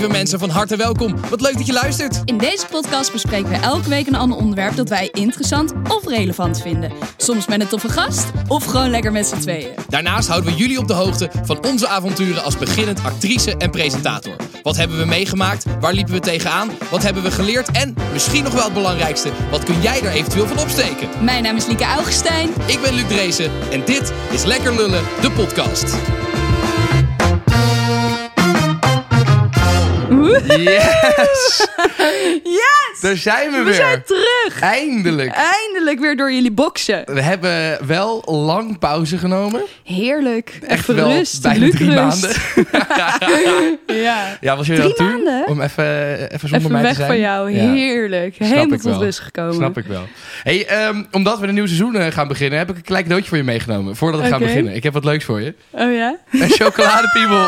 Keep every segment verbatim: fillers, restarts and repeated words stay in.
Lieve mensen, van harte welkom. Wat leuk dat je luistert. In deze podcast bespreken we elke week een ander onderwerp dat wij interessant of relevant vinden. Soms met een toffe gast of gewoon lekker met z'n tweeën. Daarnaast houden we jullie op de hoogte van onze avonturen als beginnend actrice en presentator. Wat hebben we meegemaakt? Waar liepen we tegenaan? Wat hebben we geleerd? En misschien nog wel het belangrijkste, wat kun jij er eventueel van opsteken? Mijn naam is Lieke Augustijn. Ik ben Luc Dreesen en dit is Lekker Lullen, de podcast. Yes! Yes! Daar zijn we, We weer. zijn terug. Eindelijk. Eindelijk weer door jullie boksen. We hebben wel lang pauze genomen. Heerlijk. Echt even wel rust. bijna Luc drie rust. maanden. Ja. Ja, was je Drie dat toe? maanden? Om even, even zonder Even mij weg te zijn? van jou. Ja. Heerlijk. Snap Helemaal ik tot wel. rust gekomen. Snap ik wel. Hey, um, omdat we een nieuw seizoen uh, gaan beginnen, heb ik een klein cadeautje voor je meegenomen. Voordat we Oké. gaan beginnen. Ik heb wat leuks voor je. Oh ja? Een chocoladepiemel.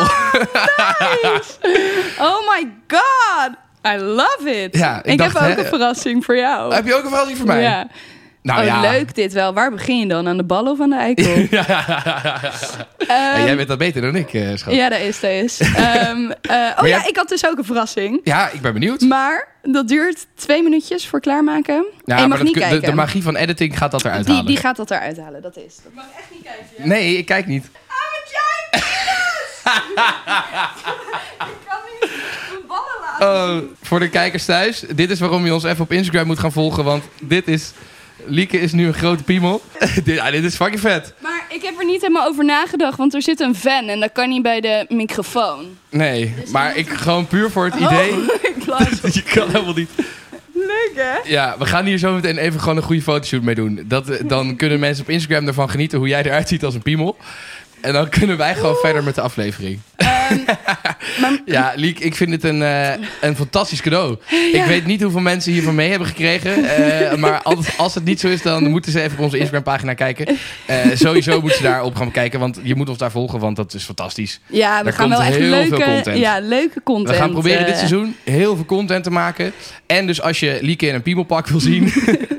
Oh my god. I love it. Ja, ik ik dacht, heb ook hè, een verrassing voor jou. Heb je ook een verrassing voor mij? Ja. Nou oh, ja. leuk dit wel. Waar begin je dan? Aan de bal of aan de eikel? ja, ja, ja, ja. Ehm, Ja, jij weet dat beter dan ik, uh, schat. Ja, dat is, dat is. Ehm, uh, oh jij- ja, ik had dus ook een verrassing. Ja, ik ben benieuwd. Maar dat duurt twee minuutjes voor klaarmaken. Ja, en je maar mag dat niet kun- de, kijken. de magie van editing gaat dat eruit die, halen. die gaat dat eruit halen, dat is. Dat mag echt niet kijken. Ja? Nee, ik kijk niet. I'm a giant penis! Ik kan niet mijn ballen laten. Oh, voor de kijkers thuis. Dit is waarom je ons even op Instagram moet gaan volgen. Want dit is... Lieke is nu een grote piemel. dit, ja, dit is fucking vet. Maar ik heb er niet helemaal over nagedacht, want er zit een fan en dat kan niet bij de microfoon. Nee, maar ik gewoon puur voor het idee. Oh, ik las. Je kan helemaal niet. Leuk hè? Ja, we gaan hier zo meteen even gewoon een goede fotoshoot mee doen. Dat, eh, dan kunnen mensen op Instagram ervan genieten hoe jij eruit ziet als een piemel. En dan kunnen wij gewoon verder met de aflevering. Um, maar, Ja, Liek, ik vind het een, eh, een fantastisch cadeau. Ik weet niet hoeveel mensen hiervan mee hebben gekregen. eh, maar als, als het niet zo is, dan moeten ze even op onze Instagram-pagina kijken. Eh, sowieso moeten ze daarop gaan kijken, want je moet ons daar volgen, want dat is fantastisch. ja, we Daar gaan komt wel echt heel leuke, veel content. Ja, leuke content. We gaan proberen dit eh, seizoen heel veel content te maken. En dus als je Lieke in een piemelpak wil zien...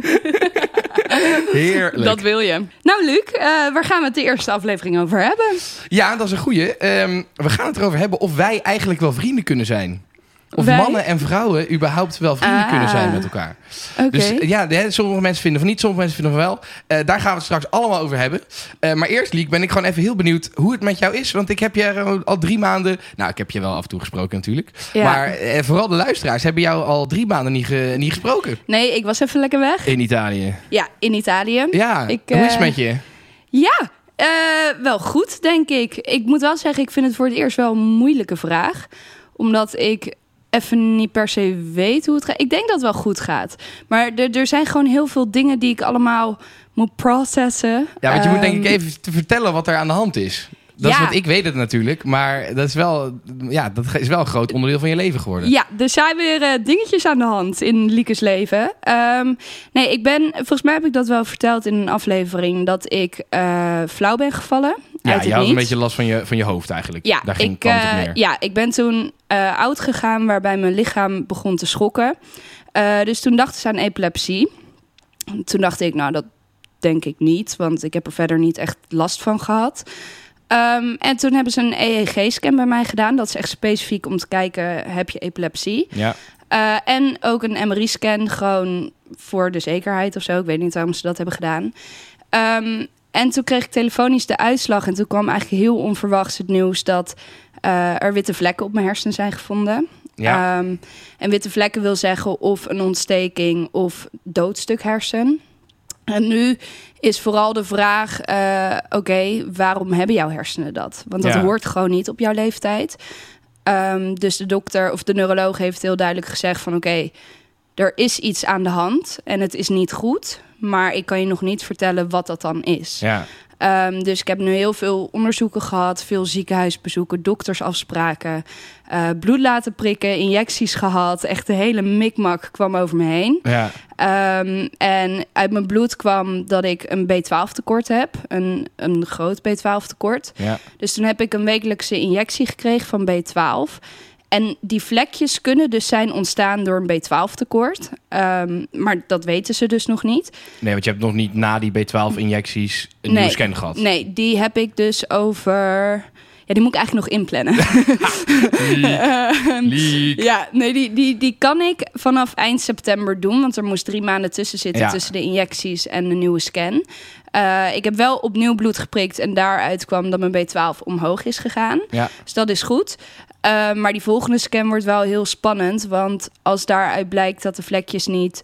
Heerlijk. Dat wil je. Nou, Luc, eh, waar gaan we het de eerste aflevering over hebben? Ja, dat is een goeie. Ehm, we gaan het erover hebben of wij eigenlijk wel vrienden kunnen zijn. Of Wij? mannen en vrouwen überhaupt wel vrienden Ah. kunnen zijn met elkaar. Oké. Dus eh, ja, de- sommige mensen vinden van niet, sommige mensen vinden van wel. Eh, daar gaan we het straks allemaal over hebben. Eh, maar eerst, Liek, ben ik gewoon even heel benieuwd hoe het met jou is. Want ik heb je er al drie maanden... Nou, ik heb je wel af en toe gesproken natuurlijk. Ja. Maar eh, vooral de luisteraars hebben jou al drie maanden niet, ge- niet gesproken. Nee, ik was even lekker weg. In Italië. Ja, in Italië. Ja, Ik, hoe is het eh, met je? Ja, eh, wel goed, denk ik. Ik moet wel zeggen, ik vind het voor het eerst wel een moeilijke vraag. Omdat ik even niet per se weet hoe het gaat. Ik denk dat het wel goed gaat. Maar er, er zijn gewoon heel veel dingen die ik allemaal moet processen. Ja, want je moet denk Ehm, ik even te vertellen wat er aan de hand is. Dat is Ja. wat ik weet het natuurlijk, maar dat is wel, ja, dat is wel een groot onderdeel van je leven geworden. Ja, er zijn weer eh, dingetjes aan de hand in Liekes leven. Ehm, nee, ik ben, volgens mij heb ik dat wel verteld in een aflevering, dat ik eh, flauw ben gevallen. Ja, uit het je had een niets. beetje last van je, van je hoofd eigenlijk. Ja, Daar ging ik, kwam het op eh, neer. ja, ik ben toen eh, oud gegaan waarbij mijn lichaam begon te schokken. Eh, dus toen dachten ze aan epilepsie. Toen dacht ik, nou dat denk ik niet, want ik heb er verder niet echt last van gehad. Ehm, en toen hebben ze een E E G-scan bij mij gedaan. Dat is echt specifiek om te kijken, heb je epilepsie? Ja. Uh, en ook een M R I-scan, gewoon voor de zekerheid of zo. Ik weet niet waarom ze dat hebben gedaan. Um, en toen kreeg ik telefonisch de uitslag. En toen kwam eigenlijk heel onverwachts het nieuws dat uh, er witte vlekken op mijn hersenen zijn gevonden. Ja. Um, en witte vlekken wil zeggen of een ontsteking of doodstuk hersen. En nu is vooral de vraag, uh, oké, okay, waarom hebben jouw hersenen dat? Want dat Ja. hoort gewoon niet op jouw leeftijd. Um, dus de dokter of de neuroloog heeft heel duidelijk gezegd van oké, okay, er is iets aan de hand en het is niet goed. Maar ik kan je nog niet vertellen wat dat dan is. Ja. Um, dus ik heb nu heel veel onderzoeken gehad, veel ziekenhuisbezoeken, doktersafspraken, uh, bloed laten prikken, injecties gehad. Echt de hele mikmak kwam over me heen. Ja. Um, en uit mijn bloed kwam dat ik een B twaalf tekort heb, een, een groot B twaalf tekort. Ja. Dus toen heb ik een wekelijkse injectie gekregen van B twaalf. En die vlekjes kunnen dus zijn ontstaan door een B twaalf tekort. Um, maar dat weten ze dus nog niet. Nee, want je hebt nog niet na die B twaalf injecties een nee, nieuwe scan gehad. Nee, die heb ik dus over... Ja, die moet ik eigenlijk nog inplannen. Leak. Leak. Ja, nee, die, die, die kan ik vanaf eind september doen. Want er moest drie maanden tussen zitten. Ja. Tussen de injecties en de nieuwe scan. Uh, ik heb wel opnieuw bloed geprikt. En daaruit kwam dat mijn B twaalf omhoog is gegaan. Ja. Dus dat is goed. Uh, maar die volgende scan wordt wel heel spannend. Want als daaruit blijkt dat de vlekjes niet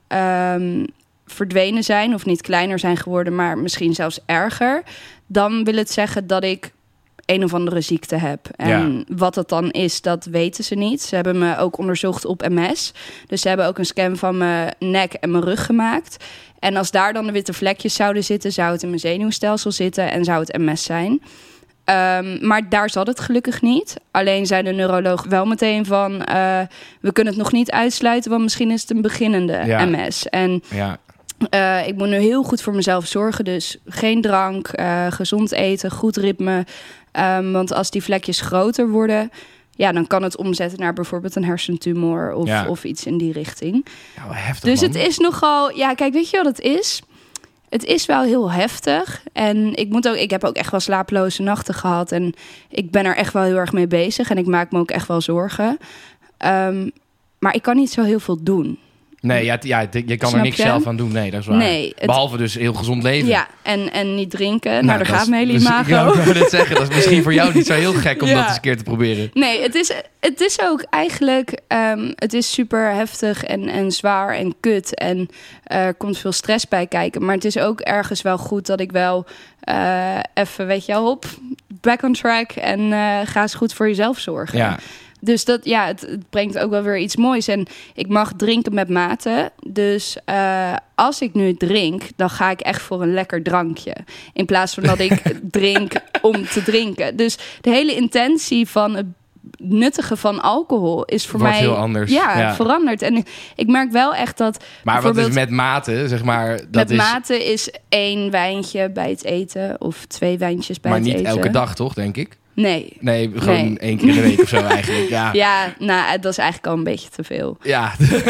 um, verdwenen zijn... of niet kleiner zijn geworden, maar misschien zelfs erger... dan wil het zeggen dat ik een of andere ziekte heb. En ja. wat dat dan is, dat weten ze niet. Ze hebben me ook onderzocht op M S. Dus ze hebben ook een scan van mijn nek en mijn rug gemaakt. En als daar dan de witte vlekjes zouden zitten... zou het in mijn zenuwstelsel zitten en zou het M S zijn... Um, maar daar zat het gelukkig niet. Alleen zei de neuroloog wel meteen van... Uh, we kunnen het nog niet uitsluiten... want misschien is het een beginnende ja. M S. En ja. uh, ik moet nu heel goed voor mezelf zorgen. Dus geen drank, uh, gezond eten, goed ritme. Um, want als die vlekjes groter worden... ja, dan kan het omzetten naar bijvoorbeeld een hersentumor... of, ja. of iets in die richting. Ja, wel heftig, dus man. het is nogal... Ja, kijk, weet je wat het is... Het is wel heel heftig. En ik, moet ook, ik heb ook echt wel slapeloze nachten gehad. En ik ben er echt wel heel erg mee bezig. En ik maak me ook echt wel zorgen. Um, maar ik kan niet zo heel veel doen. Nee, ja, ja, je kan Snap er niks je? zelf aan doen. Nee, dat is waar. Nee, het... Behalve dus heel gezond leven. Ja, en, en niet drinken. Nou, Nou, daar dat gaat is- mijn hele dus- imago. Ja, ik wou net zeggen, dat is misschien voor jou niet zo heel gek om Ja. dat eens een keer te proberen. Nee, het is, het is ook eigenlijk... Um, het is super heftig en, en zwaar en kut. En uh, er komt veel stress bij kijken. Maar het is ook ergens wel goed dat ik wel... Uh, even, weet je wel, op, back on track. En uh, ga eens goed voor jezelf zorgen. Ja, Dus dat, ja, het, het brengt ook wel weer iets moois. En ik mag drinken met mate. Dus uh, als ik nu drink, dan ga ik echt voor een lekker drankje. In plaats van dat ik drink om te drinken. Dus de hele intentie van het nuttige van alcohol is voor Wordt mij heel anders. Ja, Ja. veranderd. En ik, ik merk wel echt dat maar wat bijvoorbeeld is met mate, zeg maar... Dat met is, mate is één wijntje bij het eten of twee wijntjes bij maar het niet eten. elke dag, toch, denk ik? Nee. Nee, gewoon Nee. één keer in de week of zo eigenlijk. Ja, Ja, nou, dat is eigenlijk al een beetje te veel. ja.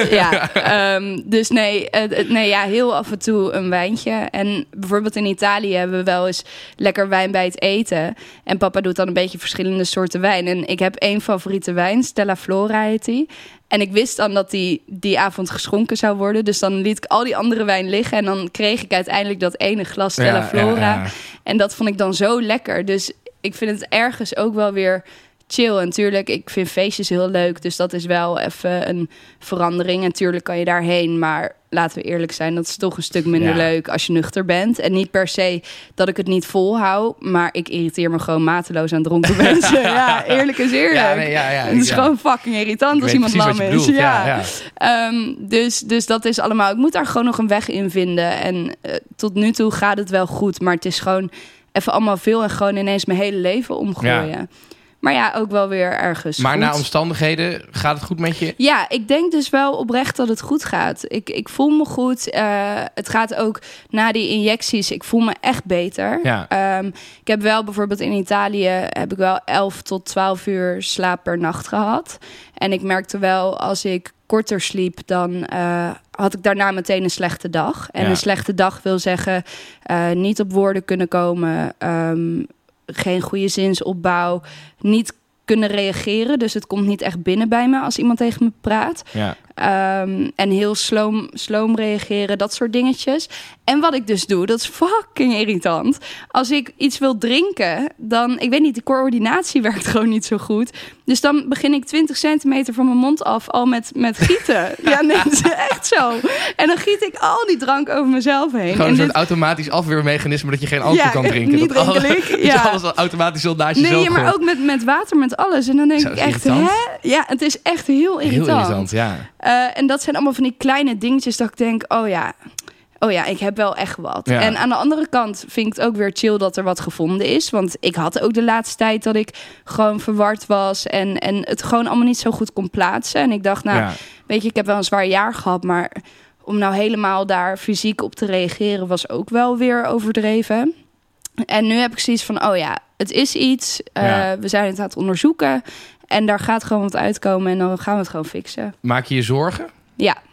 Ja, um, dus nee, uh, nee ja, heel af en toe een wijntje. En bijvoorbeeld in Italië hebben we wel eens lekker wijn bij het eten. En papa doet dan een beetje verschillende soorten wijn. En ik heb één favoriete wijn, Stella Flora heet die. En ik wist dan dat die die avond geschonken zou worden. Dus dan liet ik al die andere wijn liggen. En dan kreeg ik uiteindelijk dat ene glas Stella Ja, Flora. ja, ja. En dat vond ik dan zo lekker. Dus ik vind het ergens ook wel weer chill. En tuurlijk, ik vind feestjes heel leuk. Dus dat is wel even een verandering. En tuurlijk kan je daarheen. Maar laten we eerlijk zijn, dat is toch een stuk minder Ja. leuk als je nuchter bent. En niet per se dat ik het niet volhoud. Maar ik irriteer me gewoon mateloos aan dronken mensen. Ja, eerlijk is eerlijk. Ja, nee, ja, ja, het is ja. gewoon fucking irritant Ik als weet iemand precies lam wat je is. bedoelt. Ja. Ja, ja. Um, dus, dus dat is allemaal... Ik moet daar gewoon nog een weg in vinden. En uh, tot nu toe gaat het wel goed. Maar het is gewoon even allemaal veel... en gewoon ineens mijn hele leven omgooien. Ja. Maar ja, ook wel weer ergens Maar goed. na omstandigheden, gaat het goed met je? Ja, ik denk dus wel oprecht dat het goed gaat. Ik, ik voel me goed. Uh, het gaat ook na die injecties. Ik voel me echt beter. Ja. Um, ik heb wel bijvoorbeeld in Italië... heb ik wel elf tot twaalf uur slaap per nacht gehad. En ik merkte wel, als ik korter sliep... dan uh, had ik daarna meteen een slechte dag. En Ja. een slechte dag wil zeggen... Uh, niet op woorden kunnen komen... Um, geen goede zinsopbouw, niet kunnen reageren. Dus het komt niet echt binnen bij me als iemand tegen me praat. Ja. Um, en heel sloom, sloom reageren, dat soort dingetjes. En wat ik dus doe, dat is fucking irritant. Als ik iets wil drinken, dan... Ik weet niet, de coördinatie werkt gewoon niet zo goed. Dus dan begin ik twintig centimeter van mijn mond af al met, met gieten. Ja, nee, het is echt zo. En dan giet ik al die drank over mezelf heen. Gewoon en een soort dit... automatisch afweermechanisme dat je geen alcohol Ja, kan drinken. niet dat alles, drinkelijk, dat ja. alles al automatisch al naast Nee, jezelf ja, maar gooit. ook met, met water, met alles. En dan denk Zo, ik is echt, irritant. hè? Ja, het is echt heel irritant. Heel irritant, ja. Uh, en dat zijn allemaal van die kleine dingetjes dat ik denk, oh ja, oh ja, ik heb wel echt wat. Ja. En aan de andere kant vind ik het ook weer chill dat er wat gevonden is. Want ik had ook de laatste tijd dat ik gewoon verward was en, en het gewoon allemaal niet zo goed kon plaatsen. En ik dacht, nou, Ja. weet je, ik heb wel een zwaar jaar gehad, maar om nou helemaal daar fysiek op te reageren was ook wel weer overdreven. En nu heb ik zoiets van, oh ja, het is iets. Uh, Ja. We zijn het aan het onderzoeken. En daar gaat gewoon wat uitkomen en dan gaan we het gewoon fixen. Maak je je zorgen? Ja.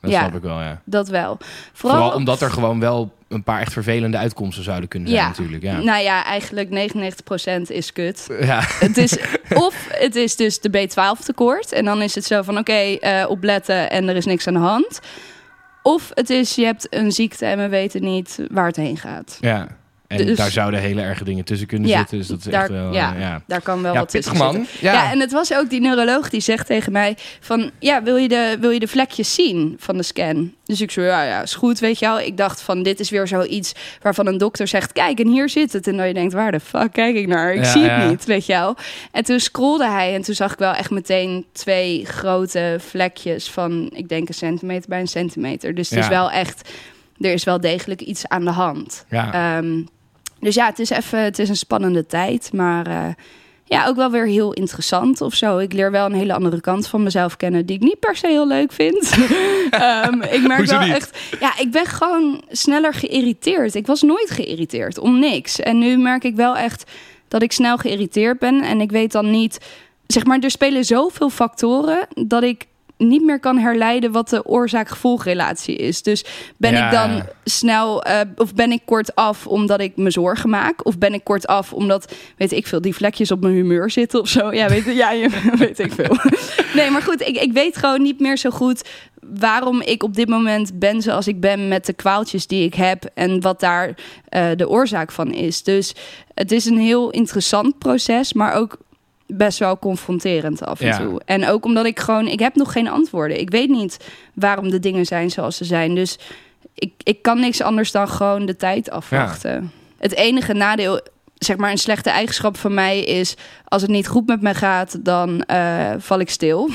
dat ja, snap ik wel, ja. Dat wel. Vooral, Vooral omdat er gewoon wel een paar echt vervelende uitkomsten zouden kunnen zijn, ja, natuurlijk. Ja. Nou ja, eigenlijk negenennegentig procent is kut. Ja. Het is, of het is dus de B twaalf tekort. En dan is het zo van, oké, okay, uh, opletten en er is niks aan de hand. Of het is, je hebt een ziekte en we weten niet waar het heen gaat. Ja. En dus, daar zouden hele erge dingen tussen kunnen ja, zitten. Dus dat is daar, echt wel... Ja, ja. daar kan wel ja, wat tussen man. zitten. Ja. ja, en het was ook die neuroloog die zegt tegen mij van... Ja, wil je de, wil je de vlekjes zien van de scan? Dus ik zo, ja, ja, is goed, weet je wel. Ik dacht van, dit is weer zoiets waarvan een dokter zegt... Kijk, en hier zit het. En dan je denkt, waar de fuck kijk ik naar? Ik ja, zie het ja. niet, weet je wel. En toen scrollde hij en toen zag ik wel echt meteen... twee grote vlekjes van, ik denk een centimeter bij een centimeter. Dus het ja. is wel echt... Er is wel degelijk iets aan de hand. Ja. Um, Dus ja, het is even, het is een spannende tijd, maar uh, ja, ook wel weer heel interessant of zo. Ik leer wel een hele andere kant van mezelf kennen die ik niet per se heel leuk vind. um, ik merk Hoezo wel niet? echt, ja, ik ben gewoon sneller geïrriteerd. Ik was nooit geïrriteerd om niks. En nu merk ik wel echt dat ik snel geïrriteerd ben en ik weet dan niet, zeg maar, er spelen zoveel factoren dat ik niet meer kan herleiden wat de oorzaak-gevolgrelatie is. Dus ben ja. ik dan snel... Uh, of ben ik kort af omdat ik me zorgen maak? Of ben ik kort af omdat, weet ik veel, die vlekjes op mijn humeur zitten of zo? Ja, weet, ja, weet ik veel. Nee, maar goed, ik, ik weet gewoon niet meer zo goed waarom ik op dit moment ben zoals ik ben met de kwaaltjes die ik heb en wat daar uh, de oorzaak van is. Dus het is een heel interessant proces, maar ook best wel confronterend af en ja. toe. En ook omdat ik gewoon... Ik heb nog geen antwoorden. Ik weet niet waarom de dingen zijn zoals ze zijn. Dus ik, ik kan niks anders dan gewoon de tijd afwachten. Ja. Het enige nadeel, zeg maar een slechte eigenschap van mij is... als het niet goed met me gaat, dan uh, val ik stil.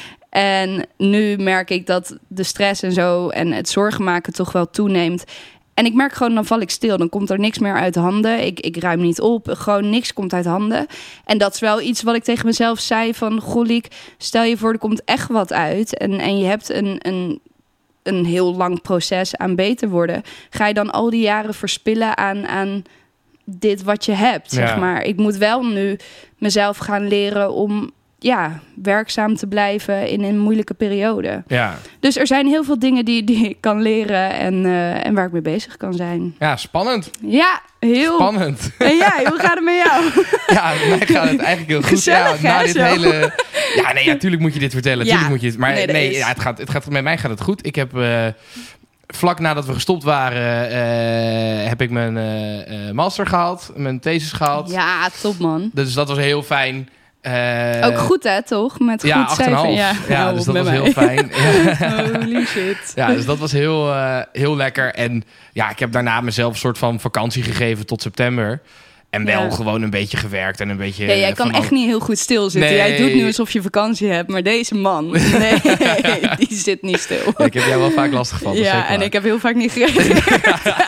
En nu merk ik dat de stress en zo en het zorgen maken toch wel toeneemt. En ik merk gewoon, dan val ik stil. Dan komt er niks meer uit handen. Ik, ik ruim niet op. Gewoon niks komt uit handen. En dat is wel iets wat ik tegen mezelf zei van... Goliek, stel je voor, er komt echt wat uit. En, en je hebt een, een, een heel lang proces aan beter worden. Ga je dan al die jaren verspillen aan, aan dit wat je hebt, zeg ja. maar. Ik moet wel nu mezelf gaan leren om... ja, werkzaam te blijven in een moeilijke periode. Ja. Dus er zijn heel veel dingen die, die ik kan leren en, uh, en waar ik mee bezig kan zijn. Ja, spannend. Ja, heel... Spannend. En jij, hoe gaat het met jou? Ja, mij gaat het eigenlijk heel goed. Gezellig, ja, na hè, dit zo. hele... Ja, nee, natuurlijk moet je dit vertellen. Ja. Tuurlijk moet je het... Maar Nee, nee, dat is- ja, het gaat, het gaat, met mij gaat het goed. Ik heb... Uh, vlak nadat we gestopt waren... Uh, heb ik mijn uh, uh, master gehaald. Mijn thesis gehaald. Ja, top man. Dus dat was heel fijn. Uh, Ook goed hè, toch? Met ja, goed acht komma cijfer. vijf. Ja, Ja, hou dus op dat was met heel mij. fijn. Holy shit. Ja, dus dat was heel, uh, heel lekker. En ja, ik heb daarna mezelf een soort van vakantie gegeven tot september. En wel Ja. gewoon een beetje gewerkt en een beetje... Ja, jij kan van echt niet heel goed stilzitten. Nee. Jij doet nu alsof je vakantie hebt, maar deze man, nee, die zit niet stil. Ja, ik heb jou wel vaak lastiggevallen. Ja, en ik heb heel vaak niet gereageerd.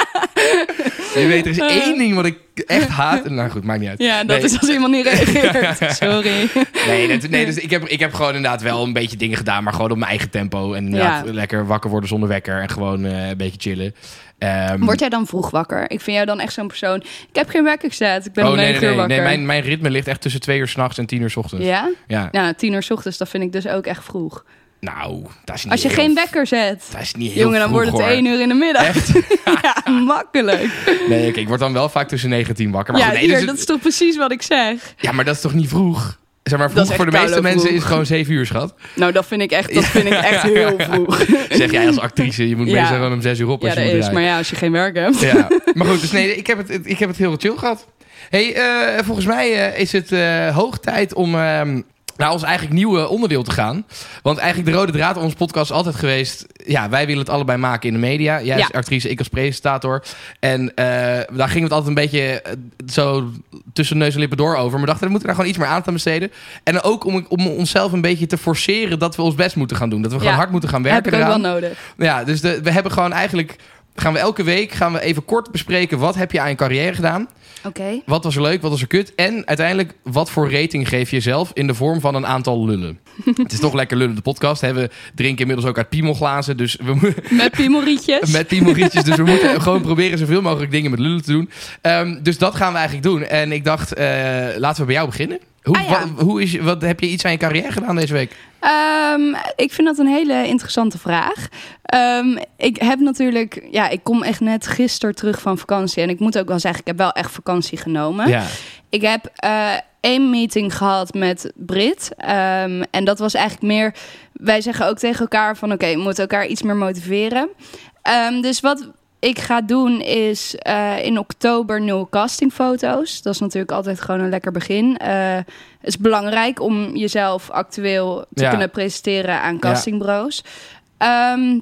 Je weet, er is één ding wat ik echt haat. En, nou goed, maakt niet uit. Ja, dat Nee. is als iemand niet reageert. Sorry. Nee, dat, nee dus ik heb, ik heb gewoon inderdaad wel een beetje dingen gedaan, maar gewoon op mijn eigen tempo. En inderdaad Ja. lekker wakker worden zonder wekker en gewoon uh, een beetje chillen. Um, Word jij dan vroeg wakker? Ik vind jou dan echt zo'n persoon. Ik heb geen wekker gezet. Ik ben oh om nee, negen nee, uur nee, wakker. nee mijn, mijn ritme ligt echt tussen twee uur 's nachts en tien uur 's ochtends. Ja? Ja. Nou, tien uur 's ochtends, dat vind ik dus ook echt vroeg. Nou, dat is niet Als je heel, geen wekker zet. Dat is niet heel Jongen, dan vroeg, wordt het hoor. één uur in de middag. Echt? Ja, makkelijk. Nee, oké, ik word dan wel vaak tussen negen en tien wakker. Maar Ja, goed, nee, hier, dus dat het- is toch precies wat ik zeg? ja, maar dat is toch niet vroeg? Zeg maar, Dat vroeg is echt voor de meeste koude mensen vroeg. is gewoon zeven uur, schat. Nou, dat vind ik echt, dat vind ik echt heel vroeg. Zeg jij als actrice, je moet Ja. meestal gewoon om zes uur op. Ja, Als je dat moet is. Maar draaien. ja, als je geen werk hebt. Ja, maar goed, dus nee, ik heb het, ik heb het heel chill gehad. Hey, uh, volgens mij uh, is het uh, hoog tijd om uh, naar ons eigenlijk nieuwe onderdeel te gaan. Want eigenlijk de rode draad van onze podcast is altijd geweest... ja, wij willen het allebei maken in de media. Jij als Ja. actrice, ik als presentator. En uh, daar gingen we het altijd een beetje uh, zo tussen neus en lippen door over. Maar we dachten, we moeten daar gewoon iets meer aandacht aan besteden. En dan ook om, om onszelf een beetje te forceren... dat we ons best moeten gaan doen. Dat we gewoon Ja. hard moeten gaan Heb werken ik ook eraan. wel nodig. Ja, dus de, we hebben gewoon eigenlijk... gaan we elke week gaan we even kort bespreken... wat heb je aan je carrière gedaan? Oké. Okay. Wat was er leuk, wat was er kut? En uiteindelijk, wat voor rating geef je jezelf... in de vorm van een aantal lullen? Het is toch lekker lullen, de podcast. Hè? We drinken inmiddels ook uit piemelglazen. Dus we moeten... Met piemelrietjes. Met piemelrietjes. Dus we moeten gewoon proberen zoveel mogelijk dingen met lullen te doen. Um, dus dat gaan we eigenlijk doen. En ik dacht, uh, laten we bij jou beginnen. Hoe, Ah, ja. wat, hoe is, wat, heb je iets aan je carrière gedaan deze week? Um, ik vind dat een hele interessante vraag. Um, ik heb natuurlijk... Ja, ik kom echt net gisteren terug van vakantie. En ik moet ook wel zeggen, ik heb wel echt vakantie genomen. Ja. Ik heb uh, één meeting gehad met Brit. Um, en dat was eigenlijk meer... Wij zeggen ook tegen elkaar van... Oké, okay, we moeten elkaar iets meer motiveren. Um, dus wat ik ga doen is uh, in oktober nul castingfoto's. Dat is natuurlijk altijd gewoon een lekker begin. Uh, het is belangrijk om jezelf actueel te ja. kunnen presenteren aan castingbureaus. Ja. Um,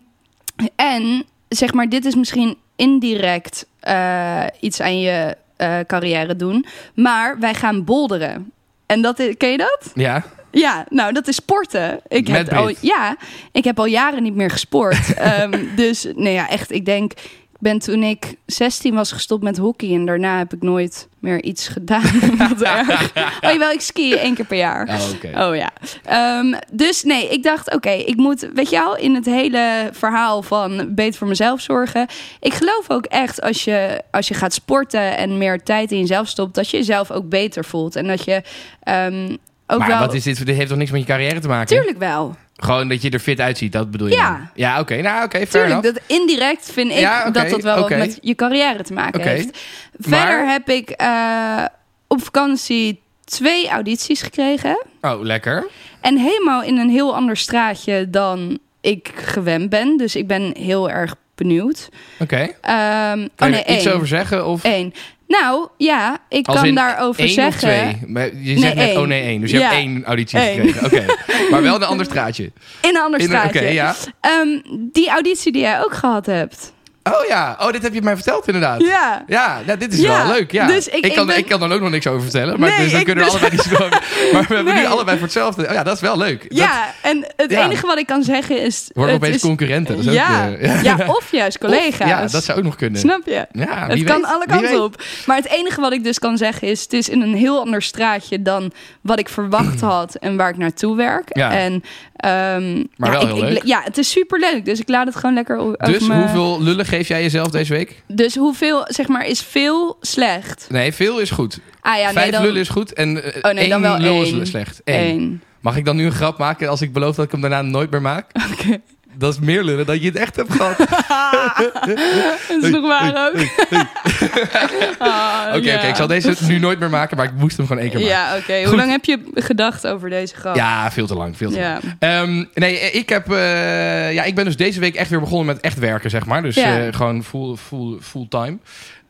en zeg maar, dit is misschien indirect uh, iets aan je uh, carrière doen. Maar wij gaan boulderen. En dat is, ken je dat? Ja. Ja, nou, dat is sporten. Ik Met heb al, Brit. ja, ik heb al jaren niet meer gesport. um, dus, nee ja, echt, ik denk... Ik ben toen ik zestien was gestopt met hockey... en daarna heb ik nooit meer iets gedaan. Wat erg. Oh, jawel, ik ski één keer per jaar. Oh, okay. Oh ja. Um, dus nee, ik dacht, oké, okay, ik moet... Weet je al, in het hele verhaal van beter voor mezelf zorgen... Ik geloof ook echt, als je, als je gaat sporten... en meer tijd in jezelf stopt... dat je jezelf ook beter voelt. En dat je... Um, ook maar wel... wat is dit? Dit heeft toch niks met je carrière te maken? Tuurlijk wel. Gewoon dat je er fit uitziet, dat bedoel je? Ja. Dan? Ja, oké. Okay. Nou, oké, okay, fair Tuurlijk, enough. dat indirect vind ik ja, okay, dat dat wel okay. wat met je carrière te maken okay. heeft. Verder maar... heb ik uh, op vakantie twee audities gekregen. Oh, lekker. En helemaal in een heel ander straatje dan ik gewend ben. Dus ik ben heel erg benieuwd. Oké. Okay. Um, kan oh je nee, er iets één. over zeggen? Of... Eén. Nou, ja, ik Als kan in daarover één zeggen... Of twee? Maar je zegt nee, net, één. oh nee, één. Dus je ja. hebt één auditie Eén. gekregen. Oké. Okay. Maar wel in een ander straatje. In een ander straatje. Oké, okay, ja. Um, die auditie die jij ook gehad hebt. Oh ja, oh, dit heb je mij verteld inderdaad. Ja. Ja, nou, dit is ja. wel leuk. Ja. Dus ik, ik, kan, ik, ben... ik kan dan ook nog niks over vertellen. Maar nee, dus dan ik kunnen we dus... allebei niet zo. Maar we hebben nee. nu allebei voor hetzelfde. Oh ja, dat is wel leuk. Ja, dat... en het ja. enige wat ik kan zeggen is... Worden het opeens is... concurrenten. Dat is ja. ook, uh, ja, of juist collega's. Of, ja, dat zou ook nog kunnen. Snap je? Ja, het wie kan weet. alle kanten op. Maar het enige wat ik dus kan zeggen is... het is in een heel ander straatje dan wat ik verwacht had... en waar ik naartoe werk. Ja. En, um, maar ja, wel ik, heel ik, leuk. Ja, het is superleuk. Dus ik laat het gewoon lekker over Dus me... hoeveel lullen geef jij jezelf deze week? Dus hoeveel, zeg maar, is veel slecht? Nee, veel is goed. Ah, ja, nee, Vijf dan... lullen is goed en uh, oh, nee, één dan wel lul één. is slecht. Eén. Eén. Mag ik dan nu een grap maken als ik beloof dat ik hem daarna nooit meer maak? Oké. Okay. Dat is meer lullen dan je het echt hebt gehad. Dat is nog waar ook. Oké, oké, ik zal deze nu nooit meer maken, maar ik moest hem gewoon één keer maken. Ja, oké. Okay. Hoe lang heb je gedacht over deze grap? Ja, veel te lang, veel te ja. lang. Um, nee, ik heb, uh, ja, ik ben dus deze week echt weer begonnen met echt werken, zeg maar. Dus ja. uh, gewoon full, full, fulltime.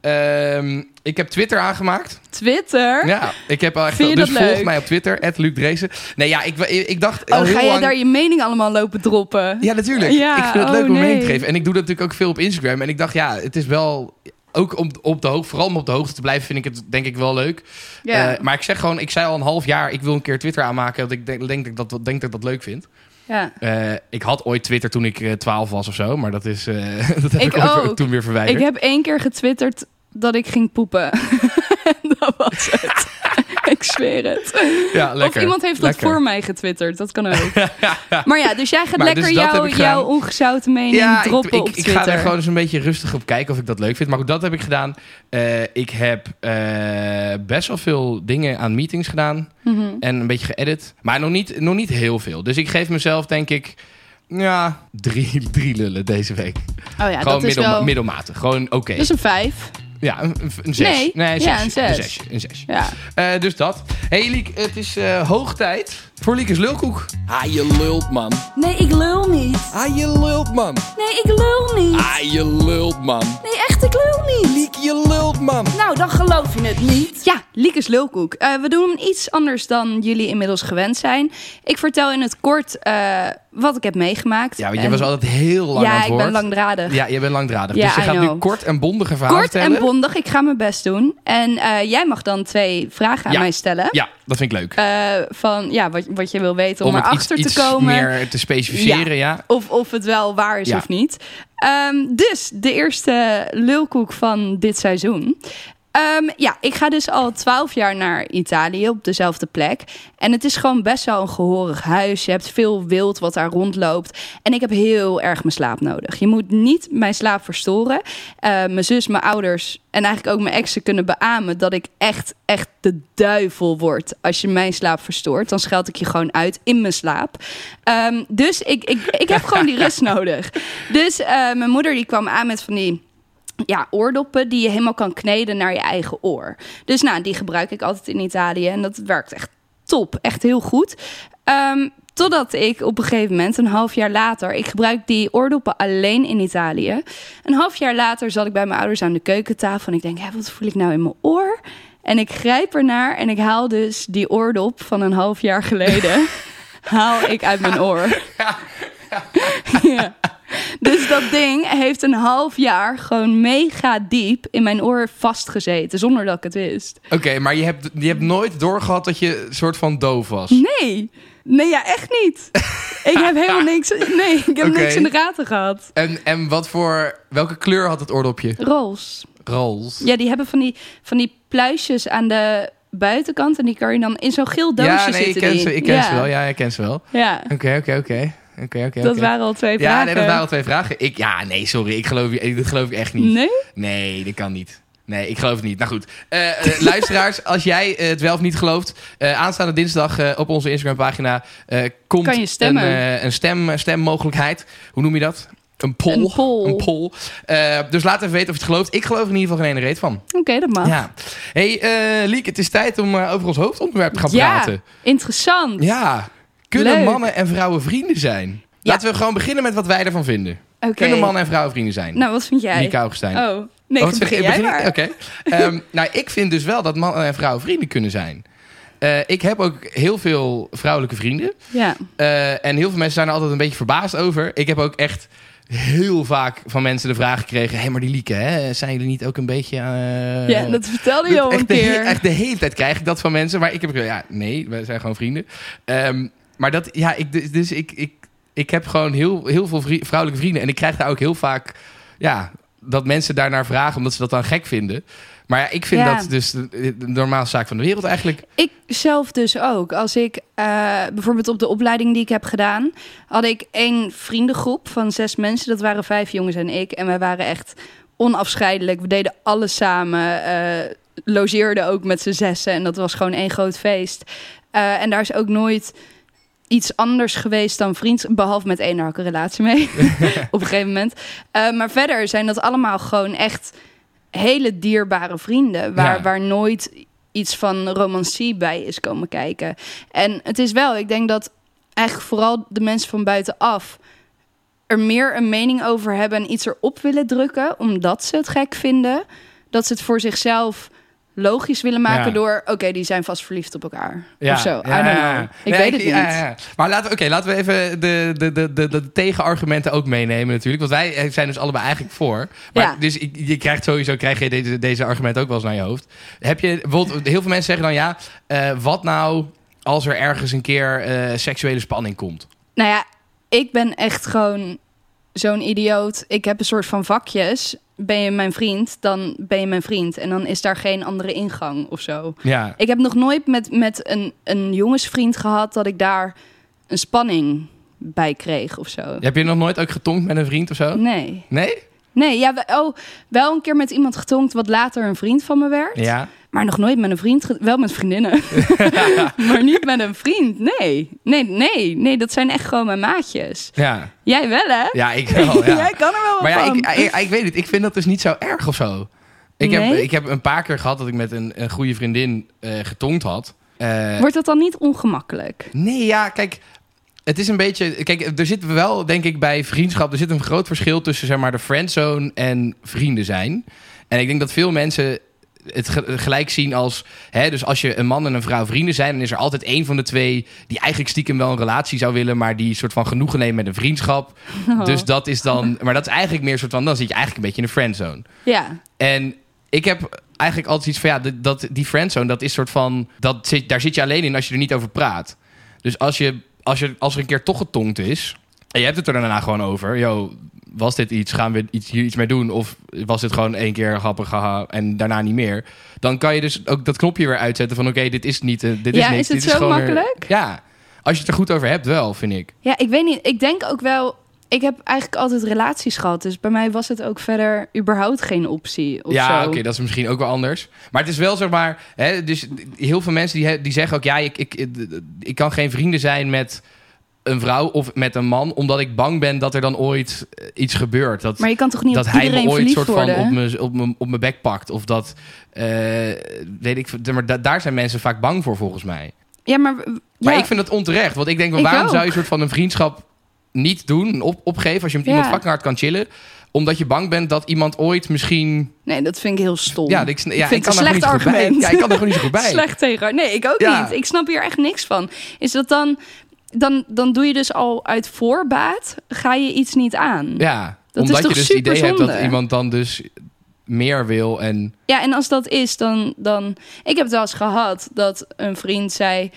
Um, ik heb Twitter aangemaakt. Twitter? Ja, ik heb al echt... Vind je dus dat volg leuk? mij op Twitter, at Luc Dreesen. Nee, ja, ik, ik dacht... Oh, al heel ga jij lang... daar je mening allemaal lopen droppen? Ja, natuurlijk. Ja, ik vind het oh, leuk om nee. mening te geven. En ik doe dat natuurlijk ook veel op Instagram. En ik dacht, ja, het is wel... Ook om op de hoogte, vooral om op de hoogte te blijven, vind ik het denk ik wel leuk. Ja. Uh, maar ik zeg gewoon, ik zei al een half jaar, ik wil een keer Twitter aanmaken. Want ik denk, denk, dat, dat, denk dat ik dat leuk vind. Ja. Uh, ik had ooit Twitter toen ik uh, twaalf was of zo. Maar dat, is, uh, dat heb ik, ik ook, ook. ook toen weer verwijderd. Ik heb één keer getwitterd dat ik ging poepen. Dat was het. Ik zweer het. Ja, lekker. Of iemand heeft lekker. dat voor mij getwitterd. Dat kan ook. Maar ja, dus jij gaat maar lekker dus jou, jouw ongezouten mening ja, droppen ik, ik, op ik Twitter. ga er gewoon eens een beetje rustig op kijken of ik dat leuk vind. Maar goed, dat heb ik gedaan. Uh, ik heb uh, best wel veel dingen aan meetings gedaan. Mm-hmm. En een beetje geëdit. Maar nog niet, nog niet heel veel. Dus ik geef mezelf denk ik... Ja, drie, drie lullen deze week. Oh ja, gewoon dat is middel, wel... middelmatig. Gewoon oké. Okay. Dat is een vijf. Ja, een, een zes. Nee, nee een ja, zes. een zes. Een zesje. Een zesje. Ja. Uh, dus dat. Hey Liek, het is uh, hoog tijd voor Liekes Lulkoek. Ah, je lult, man. Nee, ik lul niet. Ah, je lult, man. Nee, ik lul niet. Ah, je lult, man. Nee, echt, ik lul niet. Liek, je lult, man. Nou, dan geloof je het niet. Ja, Liekes Lulkoek. Uh, we doen hem iets anders dan jullie inmiddels gewend zijn. Ik vertel in het kort uh, wat ik heb meegemaakt. Ja, want je en... was altijd heel lang ja, aan het woord. Ja, ik ben langdradig. Ja, je bent langdradig. Ja, dus je I gaat know. nu kort en bondige verhalen Kort vertellen. en bondig. Ik ga mijn best doen. En uh, jij mag dan twee vragen aan ja. mij stellen. Ja, dat vind ik leuk. Uh, van ja, wat, wat je wil weten om, om erachter iets, te komen. Iets meer te specificeren, ja. ja. Of, of het wel waar is ja. of niet. Um, dus de eerste lulkoek van dit seizoen. Um, ja, ik ga dus al twaalf jaar naar Italië op dezelfde plek. En het is gewoon best wel een gehoorig huis. Je hebt veel wild wat daar rondloopt. En ik heb heel erg mijn slaap nodig. Je moet niet mijn slaap verstoren. Uh, mijn zus, mijn ouders en eigenlijk ook mijn exen kunnen beamen dat ik echt, echt de duivel word als je mijn slaap verstoort. Dan scheld ik je gewoon uit in mijn slaap. Um, dus ik, ik, ik heb gewoon die rust nodig. Dus uh, mijn moeder die kwam aan met van die... Ja, oordoppen die je helemaal kan kneden naar je eigen oor. Dus nou, die gebruik ik altijd in Italië. En dat werkt echt top. Echt heel goed. Um, totdat ik op een gegeven moment, een half jaar later... Ik gebruik die oordoppen alleen in Italië. Een half jaar later zat ik bij mijn ouders aan de keukentafel. En ik denk, hé, wat voel ik nou in mijn oor? En ik grijp ernaar en ik haal dus die oordop van een half jaar geleden... haal ik uit mijn oor. Ja. Dus dat ding heeft een half jaar gewoon mega diep in mijn oor vastgezeten, zonder dat ik het wist. Oké, okay, maar je hebt, je hebt nooit doorgehad dat je een soort van doof was? Nee. Nee, ja, echt niet. Ik heb helemaal niks... Nee, ik heb okay. niks in de gaten gehad. En, en wat voor... Welke kleur had het oordopje? Roze. Roze. Ja, die hebben van die, van die pluisjes aan de buitenkant en die kan je dan in zo'n geel doosje ja, nee, zitten. Ja, nee, ik ken die. ze, ik ken ja. ze wel. Ja, ik ken ze wel. Ja. Oké, oké, oké. Okay, okay, dat okay. waren al twee vragen. Ja, nee, dat waren al twee vragen. Ik, ja, nee, sorry. Ik geloof, ik, dat geloof ik echt niet. Nee? Nee, dat kan niet. Nee, ik geloof het niet. Nou goed. Uh, uh, luisteraars, als jij uh, het wel of niet gelooft... Uh, aanstaande dinsdag uh, op onze Instagram-pagina... Uh, komt kan je stemmen. een, uh, een stem, stemmogelijkheid. Hoe noem je dat? Een poll. Een poll. Een poll. Uh, dus laat even weten of je het gelooft. Ik geloof er in ieder geval geen ene reet van. Oké, okay, dat mag. Ja. Hey, uh, Liek, het is tijd om uh, over ons hoofdonderwerp te gaan ja, praten. interessant. Ja, kunnen Leuk. mannen en vrouwen vrienden zijn? Ja. Laten we gewoon beginnen met wat wij ervan vinden. Okay. Kunnen mannen en vrouwen vrienden zijn? Nou, wat vind jij? Lieke Augustijn. Oh, nee, oh, begin, begin jij maar. Oké. Okay. um, nou, ik vind dus wel dat mannen en vrouwen vrienden kunnen zijn. Uh, ik heb ook heel veel vrouwelijke vrienden. Ja. Uh, en heel veel mensen zijn er altijd een beetje verbaasd over. Ik heb ook echt heel vaak van mensen de vraag gekregen... hé, hey, maar die Lieke, hè, zijn jullie niet ook een beetje... Uh, ja, dat vertelde je al een echt keer. De, echt de hele tijd krijg ik dat van mensen. Maar ik heb ja, nee, we zijn gewoon vrienden. Um, maar dat, ja, ik, dus ik, ik, ik heb gewoon heel, heel veel vri- vrouwelijke vrienden. En ik krijg daar ook heel vaak... ja, dat mensen daarnaar vragen omdat ze dat dan gek vinden. Maar ja, ik vind ja. dat dus de, de normaalste zaak van de wereld eigenlijk. Ik zelf dus ook. Als ik uh, bijvoorbeeld op de opleiding die ik heb gedaan... had ik één vriendengroep van zes mensen. Dat waren vijf jongens en ik. En wij waren echt onafscheidelijk. We deden alles samen. Uh, logeerden ook met z'n zessen. En dat was gewoon één groot feest. Uh, en daar is ook nooit... iets anders geweest dan vriendschap. Behalve met één, daar had ik een relatie mee. Op een gegeven moment. Uh, maar verder zijn dat allemaal gewoon echt hele dierbare vrienden. Waar, ja. waar nooit iets van romancie bij is komen kijken. En het is wel, ik denk dat eigenlijk vooral de mensen van buitenaf er meer een mening over hebben en iets erop willen drukken, omdat ze het gek vinden. Dat ze het voor zichzelf logisch willen maken ja. door... oké, okay, die zijn vast verliefd op elkaar. Ja. Of zo. Ja, I don't know. ja, ja. Ik nee, weet ik, het niet. Ja, ja. Maar laten we, okay, laten we even de, de, de, de, de tegenargumenten ook meenemen natuurlijk. Want wij zijn dus allebei eigenlijk voor. Maar ja. Dus je krijgt sowieso krijg je deze, deze argumenten ook wel eens naar je hoofd. Heb je bijvoorbeeld... Heel veel mensen zeggen dan ja... Uh, wat nou als er ergens een keer uh, seksuele spanning komt? Nou ja, ik ben echt gewoon zo'n idioot. Ik heb een soort van vakjes... ben je mijn vriend, dan ben je mijn vriend. En dan is daar geen andere ingang of zo. Ja. Ik heb nog nooit met, met een, een jongensvriend gehad... dat ik daar een spanning bij kreeg of zo. Heb je nog nooit ook getonkt met een vriend of zo? Nee. Nee? Nee, ja, oh, wel een keer met iemand getonkt... wat later een vriend van me werd. Ja. Maar nog nooit met een vriend. Ge- wel met vriendinnen. Maar niet met een vriend. Nee. Nee, nee. Nee, dat zijn echt gewoon mijn maatjes. Ja. Jij wel, hè? Ja, ik wel, ja. Jij kan er wel wat maar ja, van. ik, ik, ik weet het. Ik vind dat dus niet zo erg of zo. Ik, Nee? heb, ik heb een paar keer gehad dat ik met een, een goede vriendin uh, getonkt had. Uh, Wordt dat dan niet ongemakkelijk? Nee, ja, kijk... Het is een beetje... Kijk, er zit wel, denk ik, bij vriendschap... Er zit een groot verschil tussen, zeg maar, de friendzone en vrienden zijn. En ik denk dat veel mensen het gelijk zien als... Hè, dus als je een man en een vrouw vrienden zijn... dan is er altijd één van de twee... die eigenlijk stiekem wel een relatie zou willen... maar die soort van genoegen neemt met een vriendschap. Oh. Dus dat is dan... Maar dat is eigenlijk meer soort van... dan zit je eigenlijk een beetje in een friendzone. Ja. En ik heb eigenlijk altijd iets van... ja, dat, die friendzone, dat is soort van... Dat zit, daar zit je alleen in als je er niet over praat. Dus als je... Als, je, als er een keer toch getongd is... en je hebt het er daarna gewoon over... yo, was dit iets? Gaan we iets, hier iets mee doen? Of was dit gewoon één keer grappig, haha, en daarna niet meer? Dan kan je dus ook dat knopje weer uitzetten van... oké, okay, dit is niet... Uh, dit ja, is niks, is het dit zo is gewoon makkelijk? Er, ja, als je het er goed over hebt wel, vind ik. Ja, ik weet niet. Ik denk ook wel... Ik heb eigenlijk altijd relaties gehad. Dus bij mij was het ook verder überhaupt geen optie. Of ja, oké, okay, dat is misschien ook wel anders. Maar het is wel, zeg maar... Hè, dus heel veel mensen die, die zeggen ook... ja, ik, ik, ik, ik kan geen vrienden zijn met een vrouw of met een man... omdat ik bang ben dat er dan ooit iets gebeurt. Dat, maar je kan toch niet dat op hij iedereen me ooit verliefd soort worden? van op mijn op mijn op mijn bek pakt. Of dat... Uh, weet ik, maar da, daar zijn mensen vaak bang voor, volgens mij. Ja, maar... Ja. Maar ik vind het onterecht. Want ik denk, wel, Ik waarom ook. zou je een soort van een vriendschap... niet doen, op, opgeven als je met Ja. iemand fucking hard kan chillen, omdat je bang bent dat iemand ooit misschien... Nee, dat vind ik heel stom. Ja, ik, ja, ik vind ik kan het er een gewoon slecht niet zo goed bij. argument. Ja, ik kan er gewoon niet zo goed bij. Slecht tegen. Nee, ik ook Ja. niet. Ik snap hier echt niks van. Is dat dan... Dan, dan doe je dus al uit voorbaat, ga je iets niet aan. Ja, Dat omdat is toch je dus het idee hebt superzonde? dat iemand dan dus meer wil en... Ja, en als dat is, dan... dan ik heb het wel eens gehad dat een vriend zei...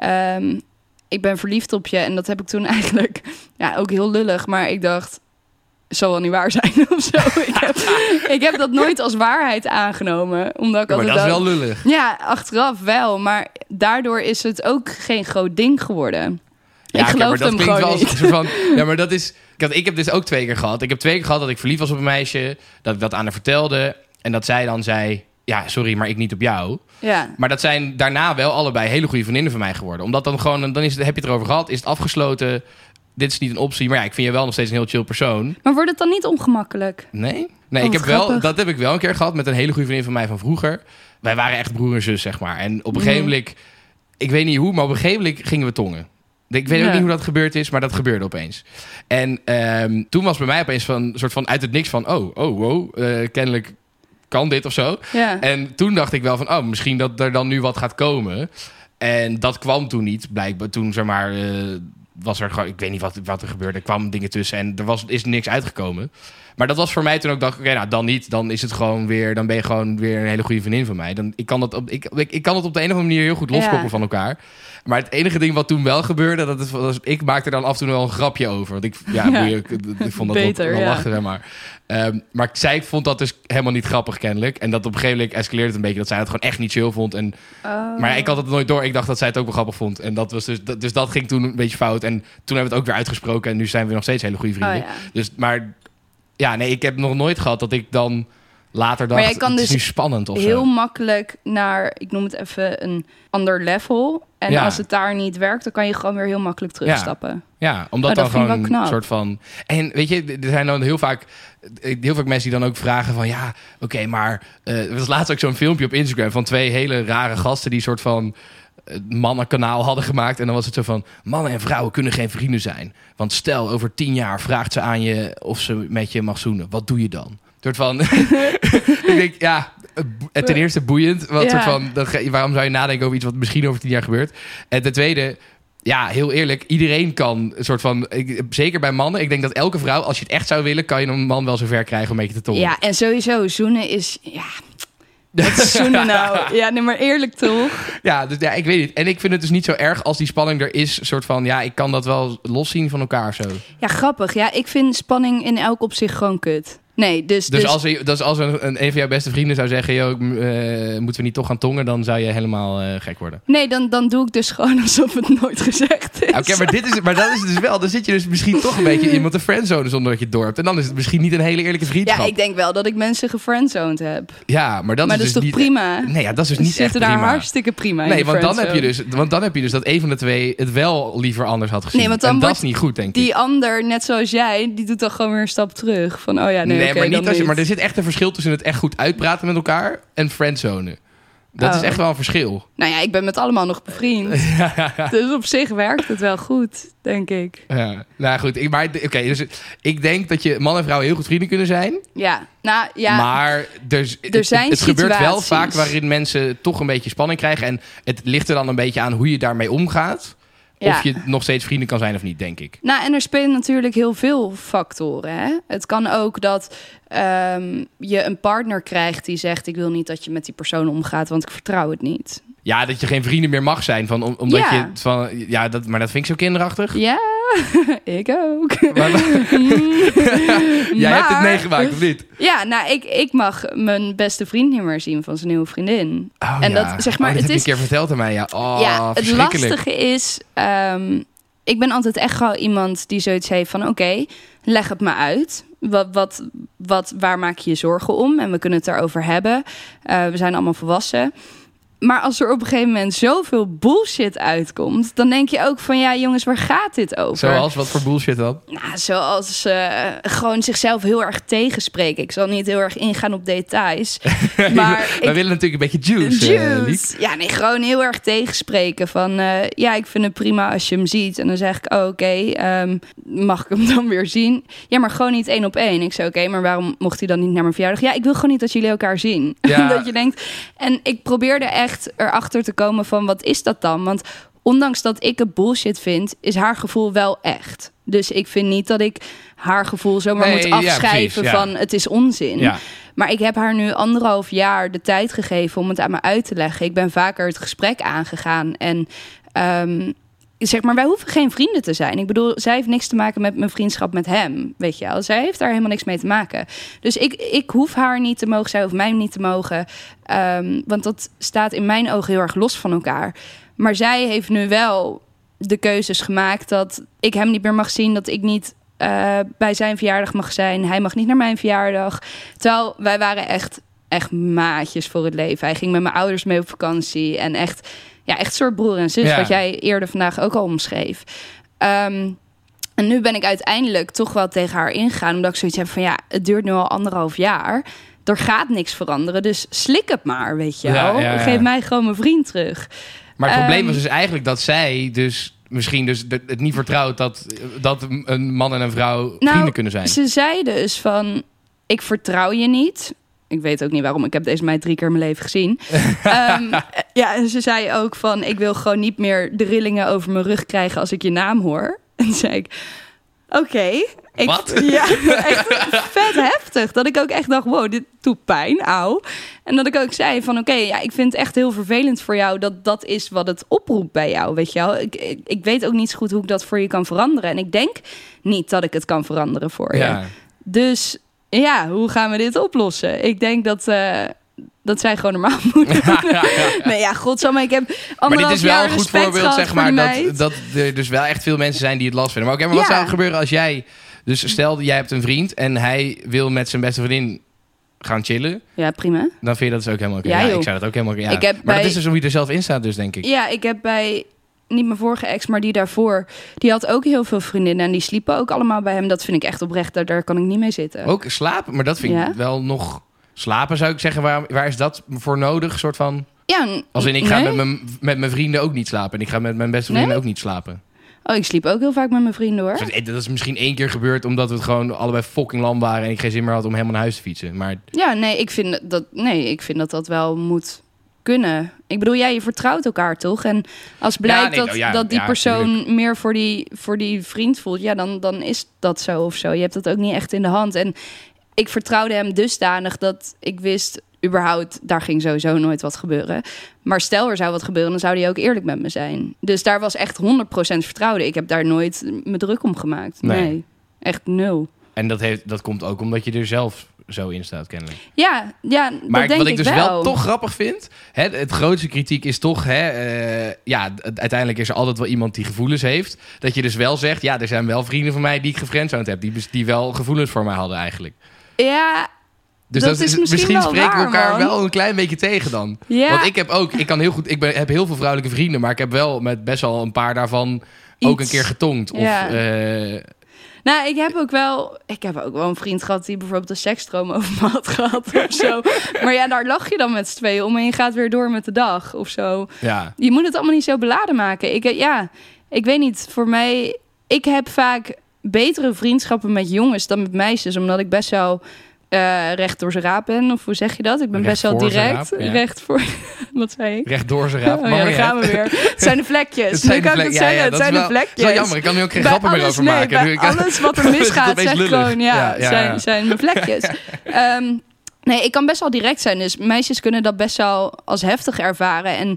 Um, ik ben verliefd op je. En dat heb ik toen eigenlijk... Ja, ook heel lullig. Maar ik dacht... Het zal wel niet waar zijn of zo. ik, heb, ik heb dat nooit als waarheid aangenomen. Omdat ik Ja, maar dat altijd is wel dacht, lullig. ja, achteraf wel. Maar daardoor is het ook geen groot ding geworden. Ja, ik oké, geloof maar dat hem klinkt gewoon wel niet. als een soort van... Ja, maar dat is... Ik, ik heb dus ook twee keer gehad. Ik heb twee keer gehad dat ik verliefd was op een meisje. Dat ik dat aan haar vertelde. En dat zij dan zei... Ja, sorry, maar ik niet op jou. Ja. Maar dat zijn daarna wel allebei hele goede vriendinnen van mij geworden. Omdat dan gewoon... Dan is het, heb je het erover gehad, is het afgesloten. Dit is niet een optie. Maar ja, ik vind je wel nog steeds een heel chill persoon. Maar wordt het dan niet ongemakkelijk? Nee? Nee, Oh, ik heb wat wel, grappig. dat heb ik wel een keer gehad met een hele goede vriendin van mij van vroeger. Wij waren echt broer en zus, zeg maar. En op een gegeven Mhm. moment... Ik weet niet hoe, maar op een gegeven moment gingen we tongen. Ik weet ook Ja. niet hoe dat gebeurd is, maar dat gebeurde opeens. En um, toen was bij mij opeens van soort van uit het niks van... Oh, oh, wow, uh, kennelijk kan dit of zo. Ja. En toen dacht ik wel van... Oh, misschien dat er dan nu wat gaat komen. En dat kwam toen niet, blijkbaar. Toen, zeg maar... Uh, was er gewoon... Ik weet niet wat, wat er gebeurde. Er kwamen dingen tussen en er was, is niks uitgekomen. Maar dat was voor mij toen ook... dacht oké, okay, nou dan niet. Dan is het gewoon weer... Dan ben je gewoon weer een hele goede vriendin van mij. Dan, ik, kan dat op, ik, ik, ik kan het op de een of andere manier heel goed loskoppelen Ja. van elkaar. Maar het enige ding wat toen wel gebeurde... Dat het, was, ik maakte er dan af en toe wel een grapje over. Want ik, ja, Ja. boeien, ik, ik vond dat Beter, wel, wel ja. lachen, zeg maar. Um, maar zij vond dat dus helemaal niet grappig, kennelijk. En dat op een gegeven moment escaleerde het een beetje... dat zij het gewoon echt niet chill vond. En, Oh. Maar ik had het nooit door. Ik dacht dat zij het ook wel grappig vond. En dat was dus, dat, dus dat ging toen een beetje fout. En toen hebben we het ook weer uitgesproken. En nu zijn we nog steeds hele goede vrienden. Oh, ja. Dus, maar ja, nee, ik heb nog nooit gehad dat ik dan later dacht... Maar jij kan het is dus nu spannend of heel zo. makkelijk naar, ik noem het even, een ander level. En Ja. als het daar niet werkt, dan kan je gewoon weer heel makkelijk terugstappen. Ja, omdat Oh, dat dan vind ik gewoon wel knap. een soort van... En weet je, er zijn dan heel vaak... Heel vaak mensen die dan ook vragen van... Ja, oké, okay, maar... Uh, er was laatst ook zo'n filmpje op Instagram... van twee hele rare gasten die een soort van... mannenkanaal hadden gemaakt. En dan was het zo van... Mannen en vrouwen kunnen geen vrienden zijn. Want stel, over tien jaar vraagt ze aan je... of ze met je mag zoenen. Wat doe je dan? Een soort van... ik denk, ja... Ten eerste boeiend. Wat Ja. soort van, dat, waarom zou je nadenken over iets... wat misschien over tien jaar gebeurt? En ten tweede... Ja, heel eerlijk. Iedereen kan een soort van... Ik, zeker bij mannen. Ik denk dat elke vrouw, als je het echt zou willen... kan je een man wel zover krijgen om mee te tongen. Ja, en sowieso, zoenen is... Ja, wat is zoenen nou? Ja, nee, maar eerlijk toch? Ja, dus ja, ik weet het. En ik vind het dus niet zo erg als die spanning er is. Soort van, ja, ik kan dat wel loszien van elkaar zo. Ja, grappig. Ja, ik vind spanning in elk opzicht gewoon kut. Nee, dus... Dus, dus als, je, dus als een, een, een van jouw beste vrienden zou zeggen... Yo, uh, moeten we niet toch gaan tongen? Dan zou je helemaal uh, gek worden. Nee, dan, dan doe ik dus gewoon alsof het nooit gezegd is. Oké, okay, maar, dit is, maar dat is het dus wel. Dan zit je dus misschien toch een beetje iemand te friendzone zonder dat je het door hebt. En dan is het misschien niet een hele eerlijke vriendschap. Ja, ik denk wel dat ik mensen gefriendzoned heb. Ja, maar dat maar is dat dus is toch niet... prima? Nee, ja, dat is dus Ze niet echt zitten daar prima. hartstikke prima in Nee, de want dan, heb je friendzone. dus, want dan heb je dus dat een van de twee het wel liever anders had gezien. Nee, want dan en dat wordt is niet goed, denk ik. Die ander, net zoals jij, die doet dan gewoon weer een stap terug. Van, oh ja, nee, Nee, oké, maar, niet dan als je, niet. maar er zit echt een verschil tussen het echt goed uitpraten met elkaar en friendzonen. Dat Oh. is echt wel een verschil. Nou ja, ik ben met allemaal nog bevriend. Dus op zich werkt het wel goed, denk ik. Ja, nou goed. Ik, maar oké, okay, dus ik denk dat je man en vrouw heel goed vrienden kunnen zijn. Ja, nou ja. Maar er, er zijn het, het gebeurt wel situaties. vaak waarin mensen toch een beetje spanning krijgen. En het ligt er dan een beetje aan hoe je daarmee omgaat. Ja. Of je nog steeds vrienden kan zijn of niet, denk ik. Nou, en er spelen natuurlijk heel veel factoren. Hè? Het kan ook dat um, je een partner krijgt die zegt... ik wil niet dat je met die persoon omgaat, want ik vertrouw het niet. Ja, dat je geen vrienden meer mag zijn. Van, om, omdat Ja. je van, ja, dat, maar dat vind ik zo kinderachtig. Ja, ik ook. Maar, jij Maar- hebt het meegemaakt, of niet? Ja, nou, ik, ik mag mijn beste vriend niet meer zien van zijn nieuwe vriendin. Oh, En ja. dat, zeg maar, oh, dit het heb is- je een keer verteld aan mij. Ja, oh, ja, het verschrikkelijk. lastige is... ehm, ik ben altijd echt wel iemand die zoiets heeft van... oké, leg het me uit. Wat, wat, wat, waar maak je je zorgen om? En we kunnen het erover hebben. Uh, we zijn allemaal volwassen. Maar als er op een gegeven moment zoveel bullshit uitkomt... dan denk je ook van, ja jongens, waar gaat dit over? Zoals, wat voor bullshit dan? Nou, zoals uh, gewoon zichzelf heel erg tegenspreken. Ik zal niet heel erg ingaan op details. Maar We ik, willen natuurlijk een beetje juice. eh, Liek. Juice. Ja, nee, gewoon heel erg tegenspreken. Van, uh, ja, ik vind het prima als je hem ziet. En dan zeg ik, oh, oké, okay, um, mag ik hem dan weer zien? Ja, maar gewoon niet één op één. Ik zei, oké, okay, maar waarom mocht hij dan niet naar mijn verjaardag? Ja, ik wil gewoon niet dat jullie elkaar zien. Ja. Dat je denkt... En ik probeerde echt erachter te komen van, wat is dat dan? Want ondanks dat ik het bullshit vind, is haar gevoel wel echt. Dus ik vind niet dat ik haar gevoel zomaar Nee, moet ja, afschrijven precies, ja. van, het is onzin. Ja. Maar ik heb haar nu anderhalf jaar de tijd gegeven om het aan me uit te leggen. Ik ben vaker het gesprek aangegaan. En um, zeg maar, wij hoeven geen vrienden te zijn. Ik bedoel, zij heeft niks te maken met mijn vriendschap met hem. Weet je wel, zij heeft daar helemaal niks mee te maken. Dus ik, ik hoef haar niet te mogen, zij hoeft mij niet te mogen. Um, want dat staat in mijn ogen heel erg los van elkaar. Maar zij heeft nu wel de keuzes gemaakt dat ik hem niet meer mag zien, dat ik niet uh, bij zijn verjaardag mag zijn. Hij mag niet naar mijn verjaardag. Terwijl wij waren echt, echt maatjes voor het leven. Hij ging met mijn ouders mee op vakantie. En echt, ja, echt soort broer en zus, Ja. wat jij eerder vandaag ook al omschreef. Um, en nu ben ik uiteindelijk toch wel tegen haar ingegaan, omdat ik zoiets heb van, ja, het duurt nu al anderhalf jaar. Er gaat niks veranderen, dus slik het maar, weet je wel. Ja, ja, ja. Geef mij gewoon mijn vriend terug. Maar het Um, probleem was dus eigenlijk dat zij dus misschien dus de- het niet vertrouwt dat, dat een man en een vrouw vrienden kunnen zijn. Ze zei dus van, ik vertrouw je niet. Ik weet ook niet waarom, ik heb deze meid drie keer in mijn leven gezien. um, ja, en ze zei ook van, ik wil gewoon niet meer de rillingen over mijn rug krijgen als ik je naam hoor. En toen zei ik, oké. Okay. Wat? Ja, echt vet heftig. Dat ik ook echt dacht, wow, dit doet pijn, auw. En dat ik ook zei van, oké, okay, ja, ik vind het echt heel vervelend voor jou dat dat is wat het oproept bij jou, weet je wel. Ik, ik, ik weet ook niet zo goed hoe ik dat voor je kan veranderen. En ik denk niet dat ik het kan veranderen voor je. Ja. Dus ja, hoe gaan we dit oplossen? Ik denk dat... Uh, dat zij gewoon normaal moeten doen. Nee, ja, godsamme, ik heb Maar dit is wel jaar een goed respect voorbeeld, gehad zeg maar, voor die dat, meid. dat er dus wel echt veel mensen zijn die het last vinden. Maar oké, maar wat Ja. zou er gebeuren als jij... Dus stel, jij hebt een vriend en hij wil met zijn beste vriendin gaan chillen. Ja, prima. Dan vind je dat dus ook helemaal oké. Ja, Ja, joh. ik zou dat ook helemaal oké. Ja. Ik heb Maar bij- dat is dus hoe je er zelf in staat dus, denk ik. Ja, ik heb bij... Niet mijn vorige ex, maar die daarvoor. Die had ook heel veel vriendinnen. En die sliepen ook allemaal bij hem. Dat vind ik echt oprecht. Daar, daar kan ik niet mee zitten. Ook slapen, maar dat vind Ja. ik wel nog... Slapen zou ik zeggen, waar, waar is dat voor nodig? Soort van... Ja, n- Als in, ik ga nee. met, mijn, met mijn vrienden ook niet slapen. En ik ga met mijn beste vrienden Nee? ook niet slapen. Oh, ik sliep ook heel vaak met mijn vrienden, hoor. Dus dat is misschien één keer gebeurd omdat we het gewoon allebei fucking lam waren. En ik geen zin meer had om helemaal naar huis te fietsen. Maar Ja, nee, ik vind dat, nee, ik vind dat dat wel moet kunnen. Ik bedoel, ja, je vertrouwt elkaar toch? En als blijkt nee, dat, nou ja, dat die ja, persoon meer voor die, voor die vriend voelt... ja, dan, dan is dat zo of zo. Je hebt dat ook niet echt in de hand. En ik vertrouwde hem dusdanig dat ik wist... überhaupt, daar ging sowieso nooit wat gebeuren. Maar stel er zou wat gebeuren, dan zou hij ook eerlijk met me zijn. Dus daar was echt honderd procent vertrouwen. Ik heb daar nooit me druk om gemaakt. Nee. Nee, echt nul. En dat, heeft, dat komt ook omdat je er zelf zo in staat, kennelijk. Ja, ja, Maar dat denk wat ik dus wel. wel toch grappig vind... Hè, het grootste kritiek is toch... Hè, uh, ja, het- uiteindelijk is er altijd wel iemand die gevoelens heeft. Dat je dus wel zegt... Ja, er zijn wel vrienden van mij die ik gefriendzoned heb. Die, die wel gevoelens voor mij hadden eigenlijk. Ja, Dus Dat is misschien wel spreken we waar, elkaar man. wel een klein beetje tegen dan. ja. Want ik heb ook... Ik kan heel goed... Ik ben, heb heel veel vrouwelijke vrienden... Maar ik heb wel met best wel een paar daarvan... ook Iets. een keer getongd. Of, Ja. uh, Nou, ik heb ook wel, ik heb ook wel een vriend gehad die bijvoorbeeld een seksstroom over me had gehad of zo. Maar ja, daar lach je dan met z'n tweeën om en je gaat weer door met de dag of zo. ja. Je moet het allemaal niet zo beladen maken. Ik, ja, ik weet niet, voor mij, ik heb vaak betere vriendschappen met jongens dan met meisjes, omdat ik best wel uh, recht door zijn raap ben. Of hoe zeg je dat? Ik ben Recht best wel voor zijn direct. raap, ja. Recht voor, wat zei ik? Recht door zijn raap. Oh, Maar ja, daar niet gaan uit. we weer. Het zijn de vlekjes. Het zijn Nu de kan ik het vlek- ja, zeggen. ja, het dat zijn is de wel- vlekjes. Zo jammer, ik kan nu ook geen Bij grappen meer alles- over nee, maken. bij Nu ik- alles wat er Dat is misgaat, opeens zeg ik lullig. gewoon, ja, Ja, ja, zijn, ja. zijn mijn vlekjes. Ehm, nee, ik kan best wel direct zijn. Dus meisjes kunnen dat best wel als heftig ervaren. En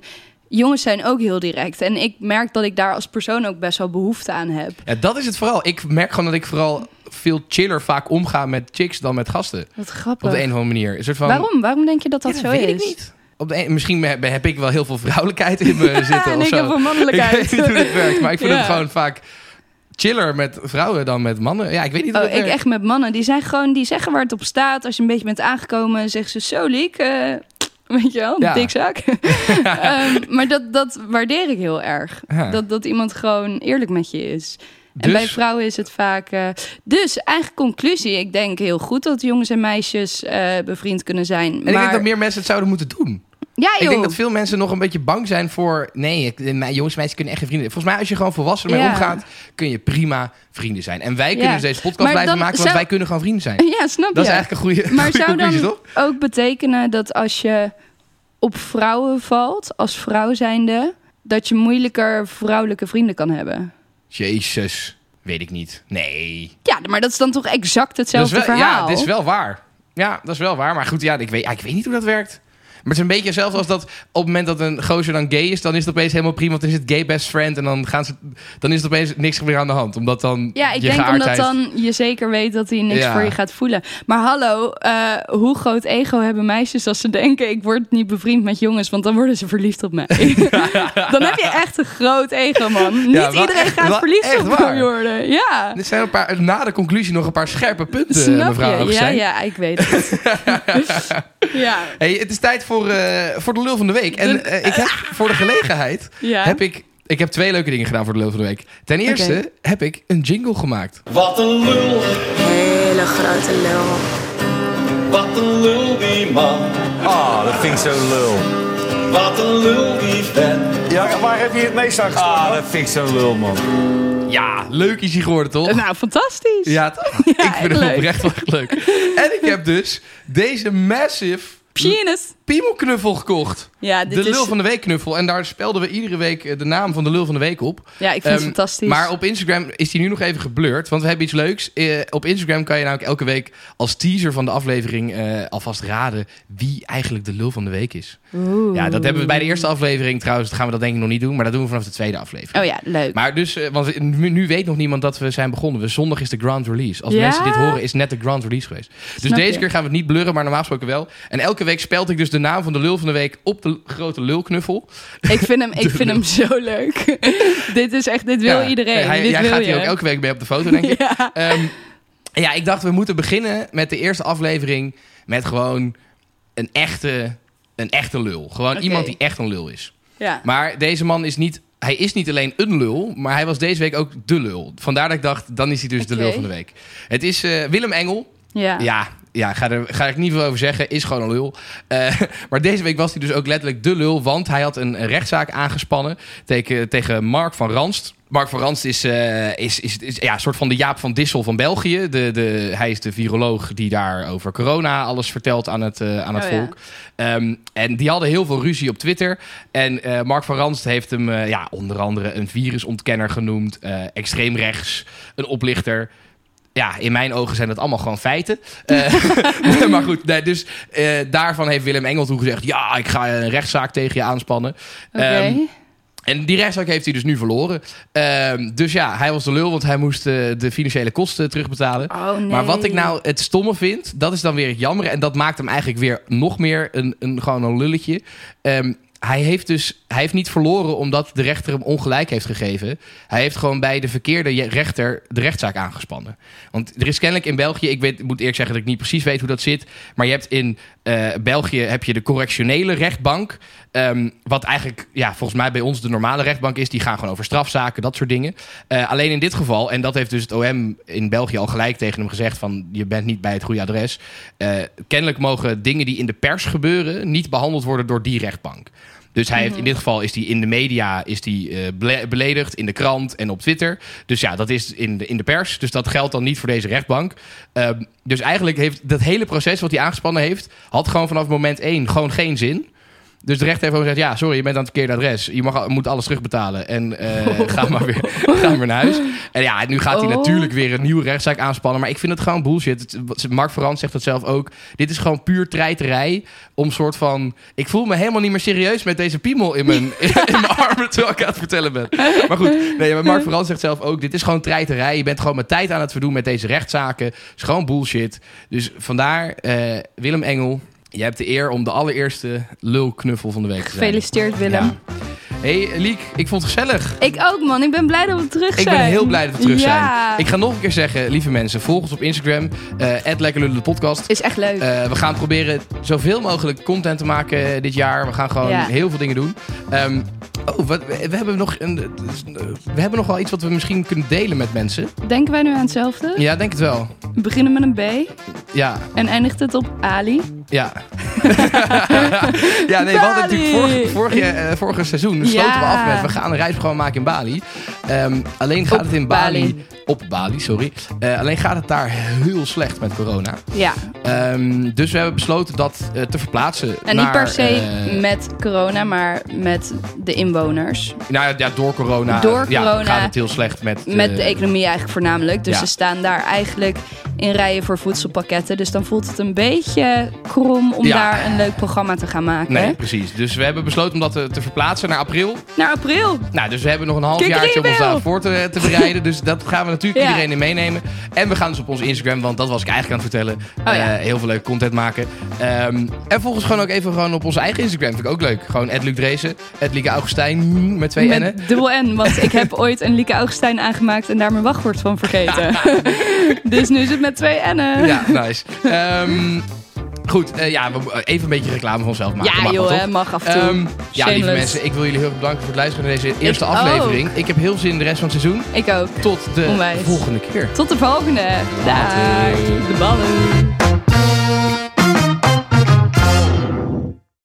jongens zijn ook heel direct. En ik merk dat ik daar als persoon ook best wel behoefte aan heb. Ja, dat is het vooral. Ik merk gewoon dat ik vooral veel chiller vaak omga met chicks dan met gasten. Wat grappig. Op de een of andere manier. Een soort van, Waarom? Waarom denk je dat dat ja, zo weet is? Ik niet. Op de een, misschien heb, heb ik wel heel veel vrouwelijkheid in me zitten. en of ik zo. heb een mannelijkheid. Ik weet niet hoe het werkt, maar ik vind Ja. het gewoon vaak chiller met vrouwen dan met mannen. Ja, ik weet niet hoe Oh, het ik werkt. echt met mannen. Die zijn gewoon, die zeggen waar het op staat. Als je een beetje bent aangekomen, zeggen ze zo liek. eh, weet je wel, Ja. dikzak. um, maar dat, dat waardeer ik heel erg. Ja. Dat, dat iemand gewoon eerlijk met je is. En Dus- bij vrouwen is het vaak... Uh, dus, eigen conclusie. Ik denk heel goed dat jongens en meisjes uh, bevriend kunnen zijn. En maar... ik denk dat meer mensen het zouden moeten doen. Ja, joh. Ik denk dat veel mensen nog een beetje bang zijn voor... Nee, ik, mijn jongens en meisjes kunnen echt geen vrienden. Volgens mij, als je gewoon volwassen mee Ja. omgaat... kun je prima vrienden zijn. En wij kunnen Ja. dus deze podcast Maar blijven dan maken... want zou- wij kunnen gewoon vrienden zijn. Ja, snap Dat je. is eigenlijk een goede, Maar goede zou conclusie, dan toch? ook betekenen dat als je op vrouwen valt, als vrouw zijnde, dat je moeilijker vrouwelijke vrienden kan hebben? Jezus, weet ik niet. Nee. Ja, maar dat is dan toch exact Dat is hetzelfde wel, verhaal? ja, dit is wel waar. Ja, dat is wel waar. Maar goed, ja, ik weet, ja, ik weet niet hoe dat werkt. Maar het is een beetje hetzelfde als dat op het moment dat een gozer dan gay is, dan is het opeens helemaal prima. Want dan is het gay best friend en dan, gaan ze, dan is het opeens niks meer aan de hand. Omdat dan Ja, ik je denk omdat geaardheid... dan je zeker weet dat hij niks Ja. voor je gaat voelen. Maar hallo, uh, hoe groot ego hebben meisjes als ze denken... ik word niet bevriend met jongens, want dan worden ze verliefd op mij. Dan heb je echt een groot ego, man. Niet Ja, wel iedereen echt- gaat wel verliefd echt op waar. je worden. Ja, Dit zijn een paar, na de conclusie nog een paar scherpe punten, snap mevrouw je? Ja, Oogstijn. ja, ik weet het. ja. Hey, het is tijd voor, uh, voor de lul van de week. En uh, ik heb voor de gelegenheid... Ja. heb ik, ik heb twee leuke dingen gedaan voor de lul van de week. Ten eerste Oké. heb ik een jingle gemaakt. Wat een lul, Hele grote lul. wat een lul die man. Ah, dat vind ik zo lul. Wat een lul die vent. Ja, waar heb je het meest aan gesproken? Ah, dat vind ik zo lul, man. Ja, leuk is hij geworden, toch? Nou, fantastisch. Ja, toch? Ja, ik vind echt het leuk. oprecht wel echt leuk. En ik heb dus deze massive Penis. piemelknuffel gekocht. Ja, dit De is... lul van de week knuffel. En daar spelden we iedere week eh, de naam van de lul van de week op. Ja, ik vind Ehm, het fantastisch. Maar op Instagram is die nu nog even geblurred. Want we hebben iets leuks. Eh, op Instagram kan je namelijk elke week als teaser van de aflevering eh, alvast raden wie eigenlijk de lul van de week is. Oeh. Ja, dat hebben we bij de eerste aflevering trouwens. Dat gaan we dat denk ik nog niet doen. Maar dat doen we vanaf de tweede aflevering. Oh ja, leuk. Maar dus, eh, want nu, nu weet nog niemand dat we zijn begonnen. We zondag is de grand release. Als Ja? mensen dit horen, is net de grand release geweest. Dus Snap deze je. keer gaan we het niet blurren, maar normaal gesproken wel. En elke week speld ik dus de naam van de lul van de week op de grote lulknuffel. Ik vind hem, ik vind hem zo leuk. dit is echt, dit wil Ja, iedereen. Hij, dit jij wil gaat je. hier ook elke week mee op de foto, denk ik. Ja. Ehm, ja, ik dacht we moeten beginnen met de eerste aflevering met gewoon een echte, een echte lul. Gewoon Oké. iemand die echt een lul is. Ja. Maar deze man is niet... Hij is niet alleen een lul, maar hij was deze week ook de lul. Vandaar dat ik dacht, dan is hij dus de Oké. lul van de week. Het is eh, Willem Engel. Ja. Ja, ja ga, er, ga ik niet veel over zeggen. Is gewoon een lul. Uh, maar deze week was hij dus ook letterlijk de lul. Want hij had een, een rechtszaak aangespannen tegen, tegen Mark van Ranst. Mark van Ranst is, uh, is, is, is ja, een soort van de Jaap van Dissel van België. De, de, hij is de viroloog die daar over corona alles vertelt aan het, uh, aan het Oh, volk. Ja. Um, en die hadden heel veel ruzie op Twitter. En uh, Mark van Ranst heeft hem uh, ja, onder andere een virusontkenner genoemd. Uh, extreem rechts, een oplichter. Ja, in mijn ogen zijn dat allemaal gewoon feiten. Uh, maar goed, nee, dus uh, daarvan heeft Willem Engel toen gezegd... ja, ik ga een rechtszaak tegen je aanspannen. Oké. Okay. Um, en die rechtszaak heeft hij dus nu verloren. Um, dus ja, hij was de lul, want hij moest uh, de financiële kosten terugbetalen. Oh, nee. Maar wat ik nou het stomme vind, dat is dan weer het jammer. En dat maakt hem eigenlijk weer nog meer een, een, gewoon een lulletje. Um, Hij heeft dus hij heeft niet verloren omdat de rechter hem ongelijk heeft gegeven. Hij heeft gewoon bij de verkeerde rechter de rechtszaak aangespannen. Want er is kennelijk in België, ik weet, moet eerlijk zeggen dat ik niet precies weet hoe dat zit, maar je hebt in uh, België heb je de correctionele rechtbank, um, wat eigenlijk ja, volgens mij bij ons de normale rechtbank is. Die gaan gewoon over strafzaken, dat soort dingen. Uh, alleen in dit geval, en dat heeft dus het O M in België al gelijk tegen hem gezegd van je bent niet bij het goede adres. Uh, kennelijk mogen dingen die in de pers gebeuren niet behandeld worden door die rechtbank. Dus hij heeft in dit geval is hij in de media is die, uh, beledigd, in de krant en op Twitter. Dus ja, dat is in de, in de pers. Dus dat geldt dan niet voor deze rechtbank. Uh, dus eigenlijk heeft dat hele proces wat hij aangespannen heeft, had gewoon vanaf moment één gewoon geen zin. Dus de rechter heeft gewoon gezegd, ja, sorry, je bent aan het verkeerde adres. Je mag, moet alles terugbetalen en uh, ga, maar weer, ga maar weer naar huis. En ja, nu gaat hij Oh. natuurlijk weer een nieuwe rechtszaak aanspannen. Maar ik vind het gewoon bullshit. Het, Mark Verrand zegt dat zelf ook. Dit is gewoon puur treiterij om soort van... Ik voel me helemaal niet meer serieus met deze piemel in mijn, in mijn armen terwijl ik aan het vertellen ben. Maar goed, nee, maar Mark Verrand zegt zelf ook, dit is gewoon treiterij. Je bent gewoon mijn tijd aan het verdoen met deze rechtszaken. Het is gewoon bullshit. Dus vandaar, uh, Willem Engel... Je hebt de eer om de allereerste lulknuffel van de week te zijn. Gefeliciteerd, Willem. Ja. Hey Liek, ik vond het gezellig. Ik ook, man. Ik ben blij dat we terug zijn. Ik ben heel blij dat we terug Ja. zijn. Ik ga nog een keer zeggen, lieve mensen, volg ons op Instagram. Uh, at Lekker Lullen de podcast. Is echt leuk. Uh, we gaan proberen zoveel mogelijk content te maken dit jaar. We gaan gewoon Ja. heel veel dingen doen. Um, oh, wat, we, hebben nog een, we hebben nog wel iets wat we misschien kunnen delen met mensen. Denken wij nu aan hetzelfde? Ja, denk het wel. We beginnen met een B Ja, en eindigt het op Ali. ja. ja, nee, we hadden Bali. natuurlijk vorige, vorige, uh, vorige seizoen sloten Ja. we af met... We gaan een reisprogramma maken in Bali. Um, alleen gaat Op het in Bali... Bali. Op Bali, sorry. Uh, alleen gaat het daar heel slecht met corona. Ja. Um, dus we hebben besloten dat uh, te verplaatsen En naar, niet per se uh, met corona, maar met de inwoners. Nou ja, door corona, Door ja, corona gaat het heel slecht met... uh, Met de economie eigenlijk voornamelijk. Dus ja. ze staan daar eigenlijk in rijen voor voedselpakketten. Dus dan voelt het een beetje krom om Ja. daar een leuk programma te gaan maken. Nee, precies. Dus we hebben besloten om dat te, te verplaatsen naar april. Naar april. Nou, dus we hebben nog een half Kikkerie jaartje om ons wil. daarvoor te, te bereiden. Dus dat gaan we natuurlijk Ja. iedereen in meenemen. En we gaan dus op onze Instagram, want dat was ik eigenlijk aan het vertellen. Oh ja. uh, heel veel leuke content maken. Um, en volgens gewoon ook even gewoon op onze eigen Instagram. Vind ik ook leuk. Gewoon at Luc Dreesen, at Lieke Augustijn met twee N'en. Met dubbel N, want ik heb ooit een Lieke Augustijn aangemaakt en daar mijn wachtwoord van vergeten. Dus nu is het met twee N'en. Ja, nice. Um, goed, uh, ja, we, even een beetje reclame van onszelf maken. Ja, Mag wel, joh, toch? hè, mag af en toe. Um, ja, lieve Shameless. mensen, ik wil jullie heel erg bedanken voor het luisteren naar deze eerste Ik aflevering. Ik heb heel veel zin in de rest van het seizoen. Ik ook. Tot de Onwijs. volgende keer. Tot de volgende. Dag. De ballen.